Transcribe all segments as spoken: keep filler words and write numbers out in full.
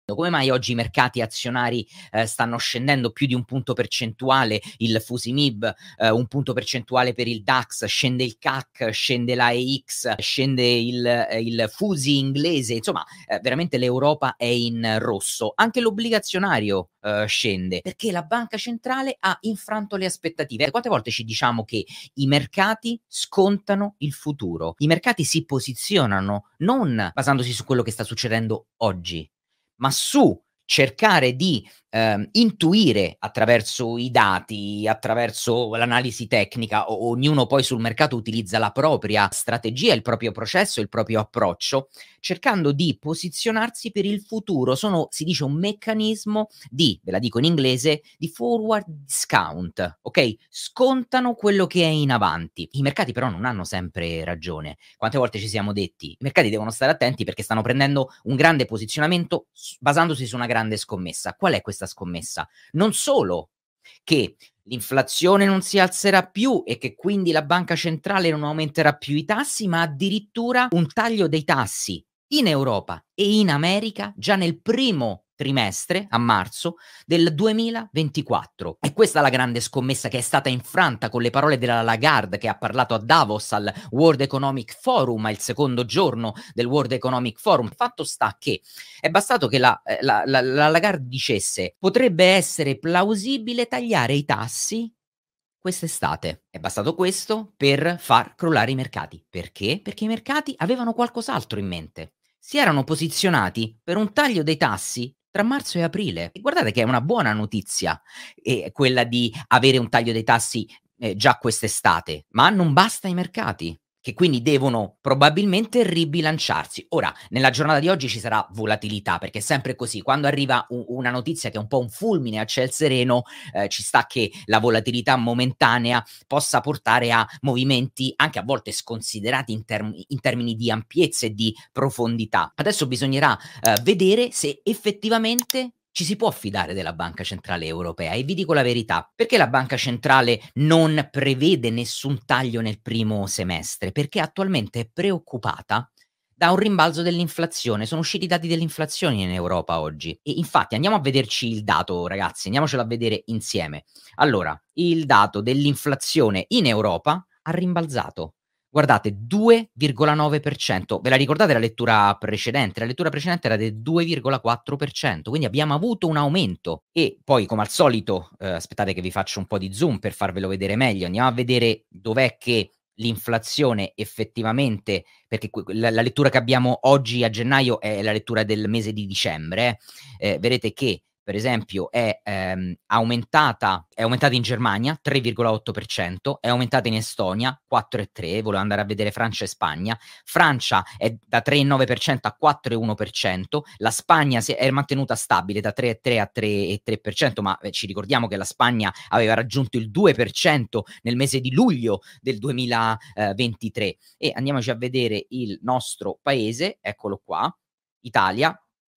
Come mai oggi i mercati azionari eh, stanno scendendo più di un punto percentuale, il Fusimib, eh, un punto percentuale per il DAX, scende il C A C, scende l'A E X, scende il, eh, il Fusi inglese, insomma eh, veramente l'Europa è in rosso. Anche l'obbligazionario eh, scende perché la banca centrale ha infranto le aspettative. Quante volte ci diciamo che i mercati scontano il futuro, i mercati si posizionano non basandosi su quello che sta succedendo oggi, ma su cercare di ehm, intuire attraverso i dati, attraverso l'analisi tecnica, o- ognuno poi sul mercato utilizza la propria strategia, il proprio processo, il proprio approccio, cercando di posizionarsi per il futuro. Sono, si dice, un meccanismo di, ve la dico in inglese, di forward discount, ok? Scontano quello che è in avanti. I mercati però non hanno sempre ragione. Quante volte ci siamo detti, i mercati devono stare attenti perché stanno prendendo un grande posizionamento s- basandosi su una grande scommessa. Qual è questa scommessa? Non solo che l'inflazione non si alzerà più e che quindi la banca centrale non aumenterà più i tassi, ma addirittura un taglio dei tassi in Europa e in America già nel primo trimestre, a marzo, del duemilaventiquattro. E questa è la grande scommessa che è stata infranta con le parole della Lagarde, che ha parlato a Davos al World Economic Forum, il secondo giorno del World Economic Forum. Fatto sta che è bastato che la, eh, la, la, la Lagarde dicesse: potrebbe essere plausibile tagliare i tassi quest'estate. È bastato questo per far crollare i mercati. Perché? Perché i mercati avevano qualcos'altro in mente. Si erano posizionati per un taglio dei tassi tra marzo e aprile. E guardate che è una buona notizia, eh, quella di avere un taglio dei tassi eh, già quest'estate, ma non basta ai mercati, che quindi devono probabilmente ribilanciarsi. Ora, nella giornata di oggi ci sarà volatilità, perché è sempre così, quando arriva u- una notizia che è un po' un fulmine a ciel sereno, eh, ci sta che la volatilità momentanea possa portare a movimenti anche a volte sconsiderati in, term- in termini di ampiezza e di profondità. Adesso bisognerà eh, vedere se effettivamente ci si può fidare della Banca Centrale Europea, e vi dico la verità: perché la Banca Centrale non prevede nessun taglio nel primo semestre? Perché attualmente è preoccupata da un rimbalzo dell'inflazione. Sono usciti i dati dell'inflazione in Europa oggi e infatti andiamo a vederci il dato, ragazzi, andiamocelo a vedere insieme. Allora, il dato dell'inflazione in Europa ha rimbalzato. Guardate, due virgola nove per cento. Ve la ricordate la lettura precedente? La lettura precedente era del due virgola quattro per cento, quindi abbiamo avuto un aumento. E poi, come al solito, eh, aspettate che vi faccio un po' di zoom per farvelo vedere meglio. Andiamo a vedere dov'è che l'inflazione effettivamente, perché que- la, la lettura che abbiamo oggi a gennaio è la lettura del mese di dicembre, eh. Eh, vedete che per esempio è ehm, aumentata, è aumentata in Germania tre virgola otto per cento, è aumentata in Estonia quattro virgola tre per cento, volevo andare a vedere Francia e Spagna. Francia è da tre virgola nove per cento a quattro virgola uno per cento, la Spagna si è mantenuta stabile da tre virgola tre a tre virgola tre per cento, ma eh, ci ricordiamo che la Spagna aveva raggiunto il due per cento nel mese di luglio del duemilaventitré. E andiamoci a vedere il nostro paese, eccolo qua, Italia,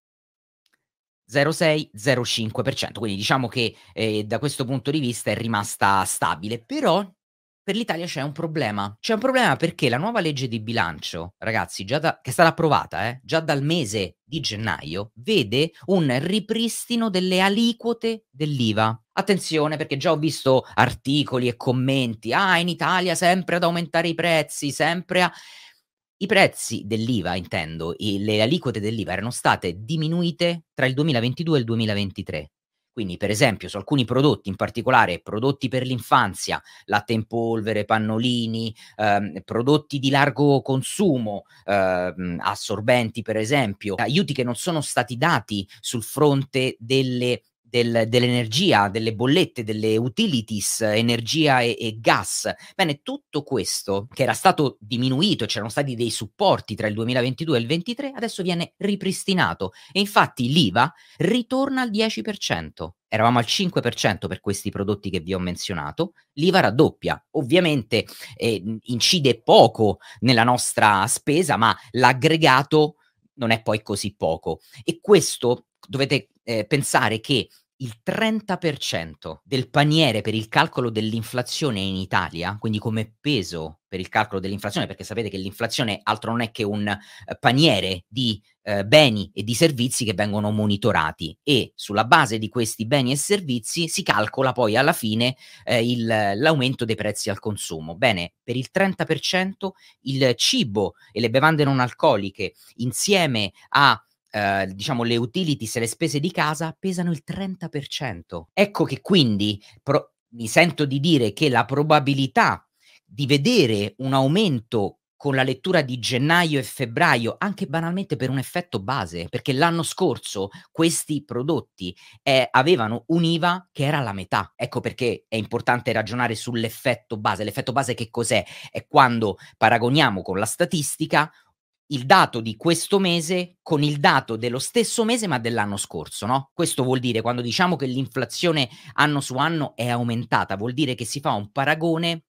zero virgola sei zero virgola cinque per cento, quindi diciamo che eh, da questo punto di vista è rimasta stabile. Però per l'Italia c'è un problema. C'è un problema perché la nuova legge di bilancio, ragazzi, già da, che è stata approvata, eh, già dal mese di gennaio, vede un ripristino delle aliquote dell'I V A. Attenzione, perché già ho visto articoli e commenti: ah, in Italia sempre ad aumentare i prezzi, sempre a... I prezzi dell'I V A, intendo, i le aliquote dell'I V A erano state diminuite tra il duemilaventidue e il duemilaventitré. Quindi, per esempio, su alcuni prodotti, in particolare prodotti per l'infanzia, latte in polvere, pannolini, ehm, prodotti di largo consumo, ehm, assorbenti per esempio, aiuti che non sono stati dati sul fronte delle del dell'energia, delle bollette, delle utilities, energia e e gas. Bene, tutto questo che era stato diminuito, c'erano stati dei supporti tra il duemilaventidue e il ventitré, adesso viene ripristinato e infatti l'I V A ritorna al dieci per cento. Eravamo al cinque per cento per questi prodotti che vi ho menzionato, l'I V A raddoppia. Ovviamente eh, incide poco nella nostra spesa, ma l'aggregato non è poi così poco. E questo dovete eh, pensare che il trenta per cento del paniere per il calcolo dell'inflazione in Italia, quindi come peso per il calcolo dell'inflazione, perché sapete che l'inflazione altro non è che un, ehm, paniere di, ehm, beni e di servizi che vengono monitorati e sulla base di questi beni e servizi si calcola poi alla fine, ehm, il l'aumento dei prezzi al consumo. Bene, per il trenta per cento il cibo e le bevande non alcoliche insieme a ehm, diciamo le utilities e le spese di casa pesano il trenta per cento. Ecco che quindi pro mi sento di dire che la probabilità di vedere un aumento con la lettura di gennaio e febbraio, anche banalmente per un effetto base, perché l'anno scorso questi prodotti, ehm, avevano un'I V A che era la metà. Ecco perché è importante ragionare sull'effetto base. L'effetto base che cos'è? È quando paragoniamo con la statistica il dato di questo mese con il dato dello stesso mese ma dell'anno scorso, no, questo vuol dire quando diciamo che l'inflazione anno su anno è aumentata, vuol dire che si fa un paragone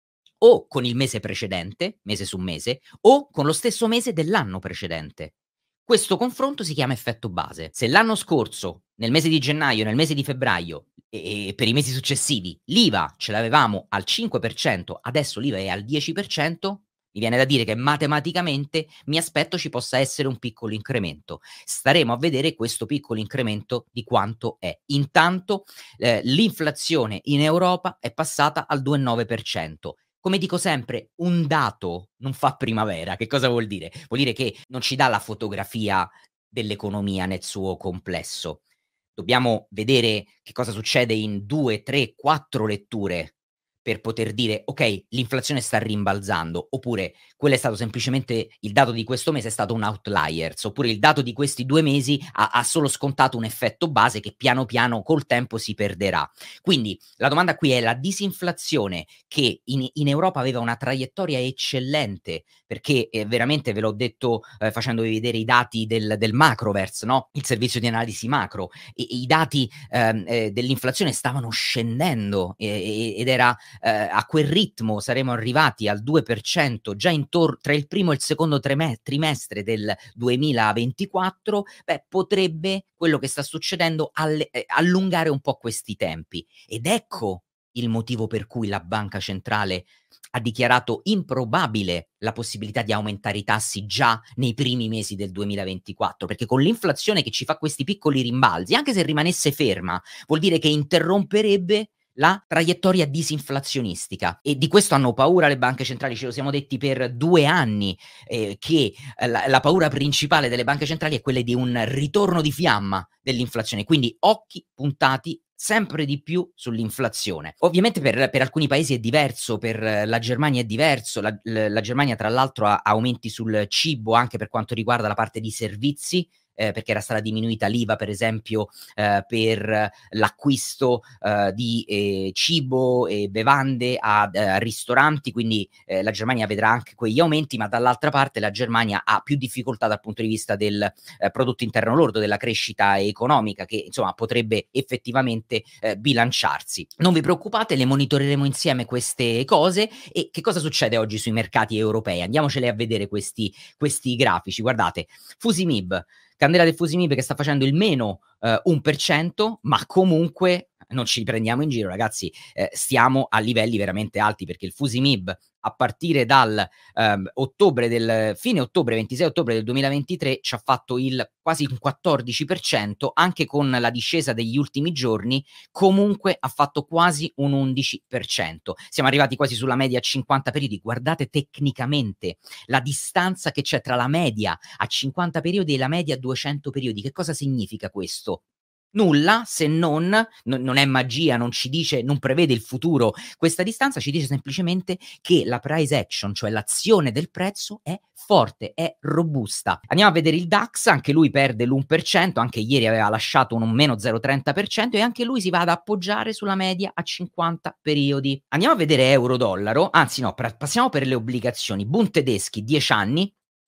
o con il mese precedente, mese su mese, o con lo stesso mese dell'anno precedente. Questo confronto si chiama effetto base. Se l'anno scorso, nel mese di gennaio, nel mese di febbraio e e per i mesi successivi l'I V A ce l'avevamo al cinque per cento, adesso l'I V A è al dieci per cento, mi viene da dire che matematicamente mi aspetto ci possa essere un piccolo incremento. Staremo a vedere questo piccolo incremento di quanto è. Intanto, ehm, l'inflazione in Europa è passata al due virgola nove per cento. Come dico sempre, un dato non fa primavera. Che cosa vuol dire? Vuol dire che non ci dà la fotografia dell'economia nel suo complesso. Dobbiamo vedere che cosa succede in due, tre, quattro letture per poter dire: "Okay, l'inflazione sta rimbalzando", oppure quello è stato semplicemente il dato di questo mese è stato un outliers, oppure il dato di questi due mesi ha ha solo scontato un effetto base che piano piano col tempo si perderà. Quindi la domanda qui è: la disinflazione che in in Europa aveva una traiettoria eccellente, perché, ehm, veramente ve l'ho detto, ehm, facendovi vedere i dati del del Macroverse, no, il servizio di analisi macro, i i dati, ehm, ehm, dell'inflazione stavano scendendo, e e ed era ehm, a quel ritmo saremo arrivati al due per cento già intor tra il primo e il secondo treme trimestre del duemilaventiquattro, beh, potrebbe quello che sta succedendo alle ehm, allungare un po' questi tempi. Ed ecco il motivo per cui la banca centrale ha dichiarato improbabile la possibilità di aumentare i tassi già nei primi mesi del duemilaventiquattro, perché con l'inflazione che ci fa questi piccoli rimbalzi, anche se rimanesse ferma, vuol dire che interromperebbe la traiettoria disinflazionistica e di questo hanno paura le banche centrali, ce lo siamo detti per due anni, ehm, che, ehm, la la paura principale delle banche centrali è quella di un ritorno di fiamma dell'inflazione, quindi occhi puntati sempre di più sull'inflazione. Ovviamente per per alcuni paesi è diverso, per la Germania è diverso, la l la Germania tra l'altro ha aumenti sul cibo anche per quanto riguarda la parte di servizi, ehm, perché era stata diminuita l'I V A per esempio, ehm, per l'acquisto, ehm, di, ehm, cibo e bevande ad ehm, ristoranti, quindi, ehm, la Germania vedrà anche quegli aumenti, ma dall'altra parte la Germania ha più difficoltà dal punto di vista del, ehm, prodotto interno lordo, della crescita economica che insomma potrebbe effettivamente, ehm, bilanciarsi. Non vi preoccupate, le monitoreremo insieme queste cose e che cosa succede oggi sui mercati europei? Andiamoceli a vedere questi questi grafici. Guardate, Fusimib, candela del Fusimib che sta facendo il meno ehm, un per cento, ma comunque non ci prendiamo in giro ragazzi, ehm, stiamo a livelli veramente alti perché il Fusimib a partire dal, ehm, ottobre del fine ottobre, ventisei ottobre del duemilaventitré ci ha fatto il quasi un quattordici per cento, anche con la discesa degli ultimi giorni, comunque ha fatto quasi un undici per cento. Siamo arrivati quasi sulla media a cinquanta periodi. Guardate tecnicamente la distanza che c'è tra la media a cinquanta periodi e la media a duecento periodi. Che cosa significa questo? Nulla se non non non è magia, non ci dice non prevede il futuro. Questa distanza ci dice semplicemente che la price action, cioè l'azione del prezzo è forte, è robusta. Andiamo a vedere il DAX, anche lui perde l'uno per cento, anche ieri aveva lasciato un meno zero virgola trenta per cento e anche lui si va ad appoggiare sulla media a cinquanta periodi. Andiamo a vedere euro dollaro, anzi no, pra passiamo per le obbligazioni. Bund tedeschi dieci anni.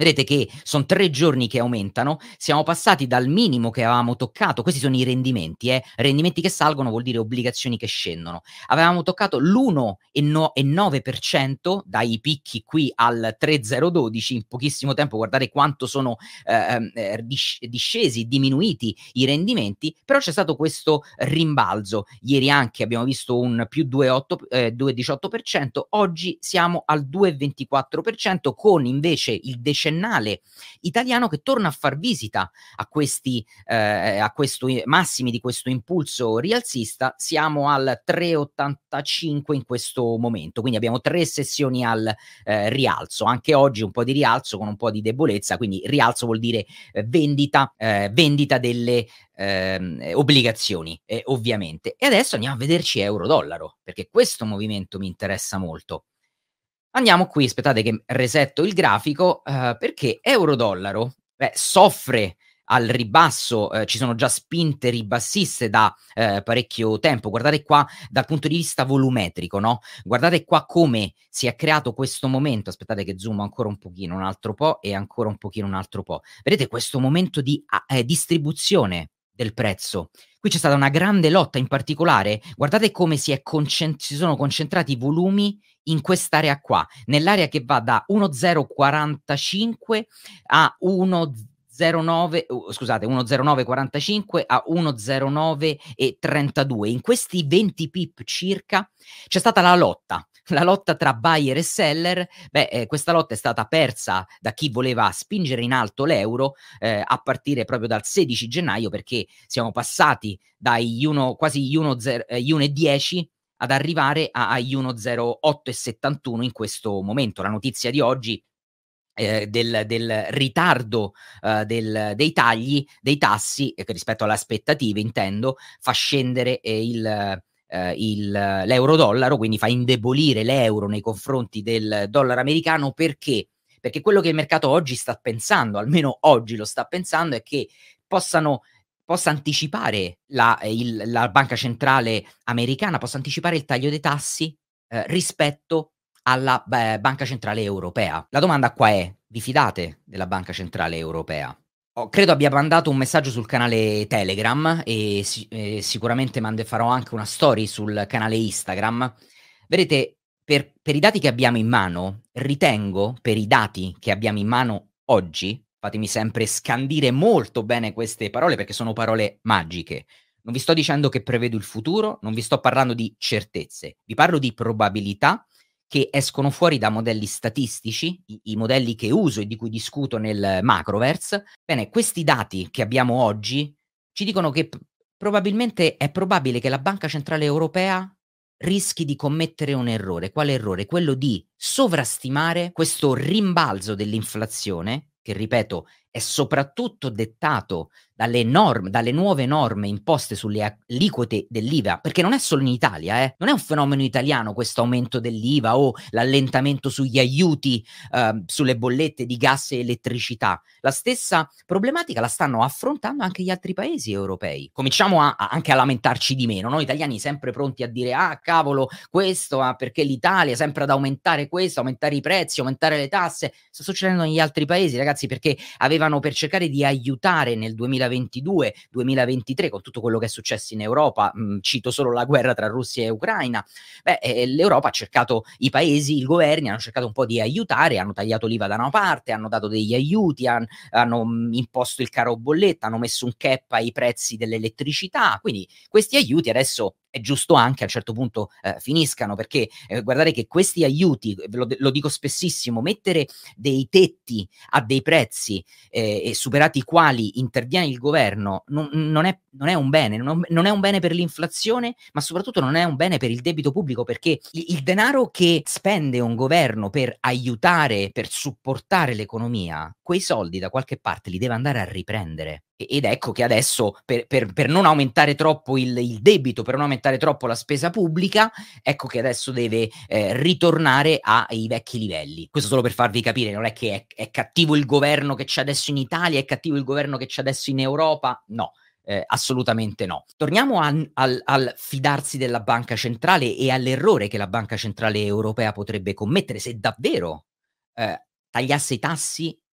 Vedete che son tre giorni che aumentano, siamo passati dal minimo che avevamo toccato, questi sono i rendimenti eh, rendimenti che salgono vuol dire obbligazioni che scendono. Avevamo toccato l'uno e no e nove per cento dai picchi qui al tre zero dodici in pochissimo tempo, guardate quanto sono, ehm, ehm, disc discesi, diminuiti i rendimenti, però c'è stato questo rimbalzo. Ieri anche abbiamo visto un più due virgola otto ehm, due virgola diciotto per cento, oggi siamo al due virgola ventiquattro per cento con invece il decennale italiano che torna a far visita a questi ehm, a questo i massimi di questo impulso rialzista, siamo al tre virgola ottantacinque in questo momento, quindi abbiamo tre sessioni al, ehm, rialzo. Anche oggi un po' di rialzo con un po' di debolezza, quindi rialzo vuol dire, ehm, vendita ehm, vendita delle, ehm, obbligazioni, ehm, ovviamente. E adesso andiamo a vederci euro dollaro, perché questo movimento mi interessa molto. Andiamo qui, aspettate che resetto il grafico, uhm, perché euro dollaro, beh, soffre al ribasso, ehm, ci sono già spinte ribassiste da, ehm, parecchio tempo. Guardate qua dal punto di vista volumetrico, no, guardate qua come si è creato questo momento, aspettate che zoomo ancora un pochino, un altro po' e ancora un pochino, un altro po'. Vedete questo momento di a ehm, distribuzione del prezzo. Qui c'è stata una grande lotta, in particolare guardate come si è concen si sono concentrati i volumi in quest'area qua, nell'area che va da uno virgola zero quarantacinque a uno zero nove u scusate, uno virgola zero nove quarantacinque a uno virgola zero nove e trentadue. In questi venti pip circa c'è stata la lotta, la lotta tra buyer e seller. Beh, ehm, questa lotta è stata persa da chi voleva spingere in alto l'euro, ehm, a partire proprio dal sedici gennaio, perché siamo passati dagli uno quasi gli uno zer ehm, gli uno virgola dieci ad arrivare a agli uno virgola zero otto e settantuno in questo momento. La notizia di oggi, ehm, del del ritardo, uhm, del dei tagli dei tassi, e che rispetto alle aspettative intendo, fa scendere, ehm, il ehm, il l'euro dollaro, quindi fa indebolire l'euro nei confronti del dollaro americano. Perché? Perché quello che il mercato oggi sta pensando, almeno oggi lo sta pensando, è che possano possa anticipare la ehm, il la banca centrale americana, possa anticipare il taglio dei tassi, ehm, rispetto alla be Banca Centrale Europea. La domanda qua è: vi fidate della Banca Centrale Europea? Ho credo abbia mandato un messaggio sul canale Telegram e si ehm, sicuramente mande farò anche una story sul canale Instagram. Vedete, per per i dati che abbiamo in mano, ritengo, per i dati che abbiamo in mano oggi, fatemi sempre scandire molto bene queste parole perché sono parole magiche. Non vi sto dicendo che prevedo il futuro, non vi sto parlando di certezze, vi parlo di probabilità che escono fuori da modelli statistici, i i modelli che uso e di cui discuto nel Macroverse. Bene, questi dati che abbiamo oggi ci dicono che p probabilmente è probabile che la Banca Centrale Europea rischi di commettere un errore. Quale errore? Quello di sovrastimare questo rimbalzo dell'inflazione, che ripeto è soprattutto dettato dalle norm dalle nuove norme imposte sulle aliquote dell'I V A, perché non è solo in Italia eh, non è un fenomeno italiano questo aumento dell'I V A o l'allentamento sugli aiuti, uhm, sulle bollette di gas e elettricità. La stessa problematica la stanno affrontando anche gli altri paesi europei. Cominciamo a a anche a lamentarci di meno, noi italiani sempre pronti a dire: "Ah cavolo questo, ah perché l'Italia sempre ad aumentare questo, aumentare i prezzi, aumentare le tasse." Sta succedendo negli altri paesi ragazzi, perché avevano per cercare di aiutare nel duemilaventidue, duemilaventitré con tutto quello che è successo in Europa, mhmm, cito solo la guerra tra Russia e Ucraina, beh, ehm, l'Europa ha cercato i paesi, i governi hanno cercato un po' di aiutare, hanno tagliato l'I V A da una parte, hanno dato degli aiuti, han hanno, mhmm, imposto il caro bolletta, hanno messo un cap ai prezzi dell'elettricità, quindi questi aiuti adesso è giusto anche a un certo punto, ehm, finiscano, perché, ehm, guardate che questi aiuti, ve lo d lo dico spessissimo, mettere dei tetti a dei prezzi, ehm, e superati i quali interviene il governo, non non è non è un bene, non non è un bene per l'inflazione, ma soprattutto non è un bene per il debito pubblico, perché i il denaro che spende un governo per aiutare, per supportare l'economia, quei soldi da qualche parte li deve andare a riprendere. E ed ecco che adesso per per per non aumentare troppo il il debito, per non aumentare troppo la spesa pubblica, ecco che adesso deve, ehm, ritornare ai vecchi livelli. Questo solo per farvi capire, non è che è è cattivo il governo che c'è adesso in Italia, è cattivo il governo che c'è adesso in Europa, no, ehm, assolutamente no. Torniamo an al al fidarsi della banca centrale e all'errore che la Banca Centrale Europea potrebbe commettere se davvero, ehm, tagliasse i tassi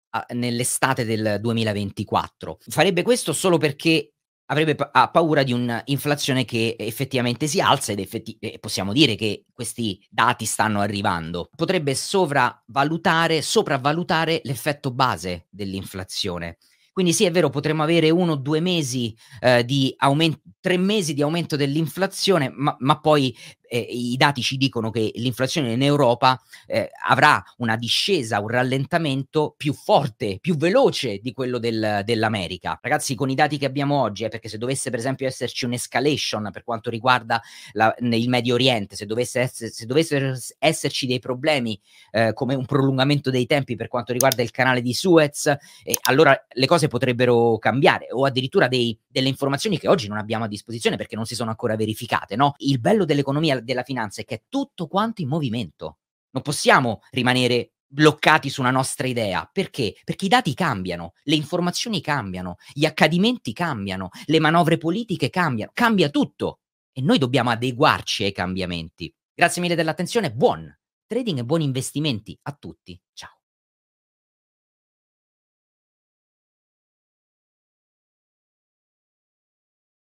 a nell'estate del duemilaventiquattro. Farebbe questo solo perché avrebbe pa ha paura di un'inflazione che effettivamente si alza ed effetti e possiamo dire che questi dati stanno arrivando. Potrebbe sovravalutare sopravvalutare l'effetto base dell'inflazione. Quindi sì, è vero, potremmo avere uno o due mesi, ehm, di aumen tre mesi di aumento dell'inflazione, ma ma poi, ehm, i dati ci dicono che l'inflazione in Europa, ehm, avrà una discesa, un rallentamento più forte, più veloce di quello del dell'America. Ragazzi, con i dati che abbiamo oggi, eh, perché se dovesse per esempio esserci un'escalation per quanto riguarda la n il Medio Oriente, se dovesse esse se dovessero s esserci dei problemi, ehm, come un prolungamento dei tempi per quanto riguarda il canale di Suez, e allora le cose potrebbero cambiare, o addirittura dei delle informazioni che oggi non abbiamo a disposizione perché non si sono ancora verificate, no. Il bello dell'economia, della finanza, è che è tutto quanto in movimento. Non possiamo rimanere bloccati su una nostra idea. Perché? Perché i dati cambiano, le informazioni cambiano, gli accadimenti cambiano, le manovre politiche cambiano, cambia tutto e noi dobbiamo adeguarci ai cambiamenti. Grazie mille dell'attenzione, buon trading e buoni investimenti a tutti. Ciao.